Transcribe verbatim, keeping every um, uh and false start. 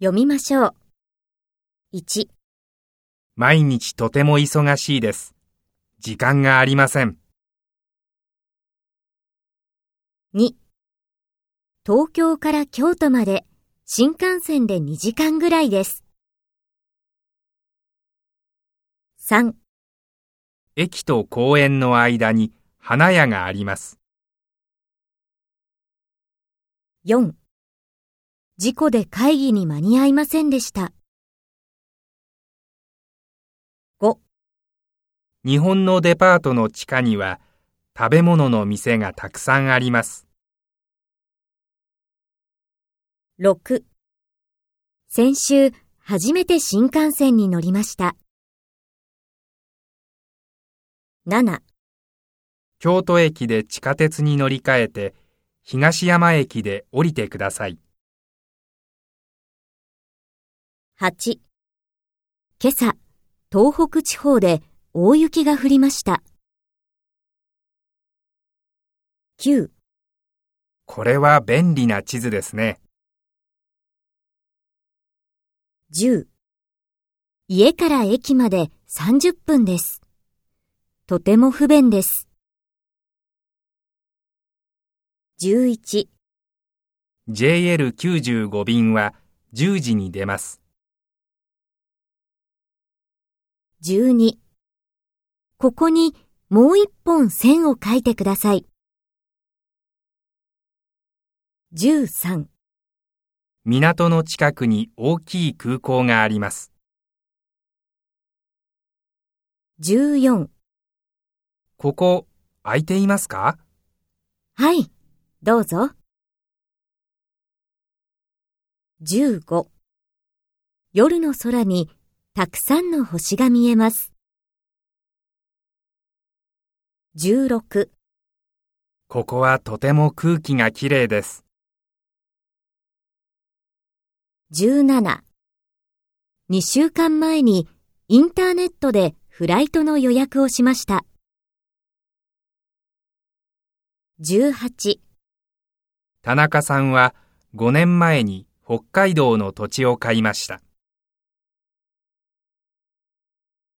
読みましょう。いち、 毎日とても忙しいです。時間がありません。 に、東京から京都まで新幹線でにじかんぐらいです。さん、 駅と公園の間に花屋があります。 よん、事故で会議に間に合いませんでした。ご、 日本のデパートの地下には食べ物の店がたくさんあります。 ろく、先週初めて新幹線に乗りました。なな、 京都駅で地下鉄に乗り換えて東山駅で降りてください。 はち、今朝、東北地方で大雪が降りました。きゅう、 これは便利な地図ですね。 じゅう、家から駅までさんじゅっぷんです。とても不便です。じゅういち、 ジェイエルきゅうじゅうご 便はじゅうじに出ます。 じゅうに、ここにもう一本線を書いてください。じゅうさん、 港の近くに大きい空港があります。 じゅうよん、 ここ空いていますか？ はい、どうぞ。じゅうご、夜の空にたくさんの星が見えます。じゅうろく、 ここはとても空気がきれいです。 じゅうなな、にしゅうかんまえにインターネットでフライトの予約をしました。じゅうはち、 田中さんはごねんまえに北海道の土地を買いました。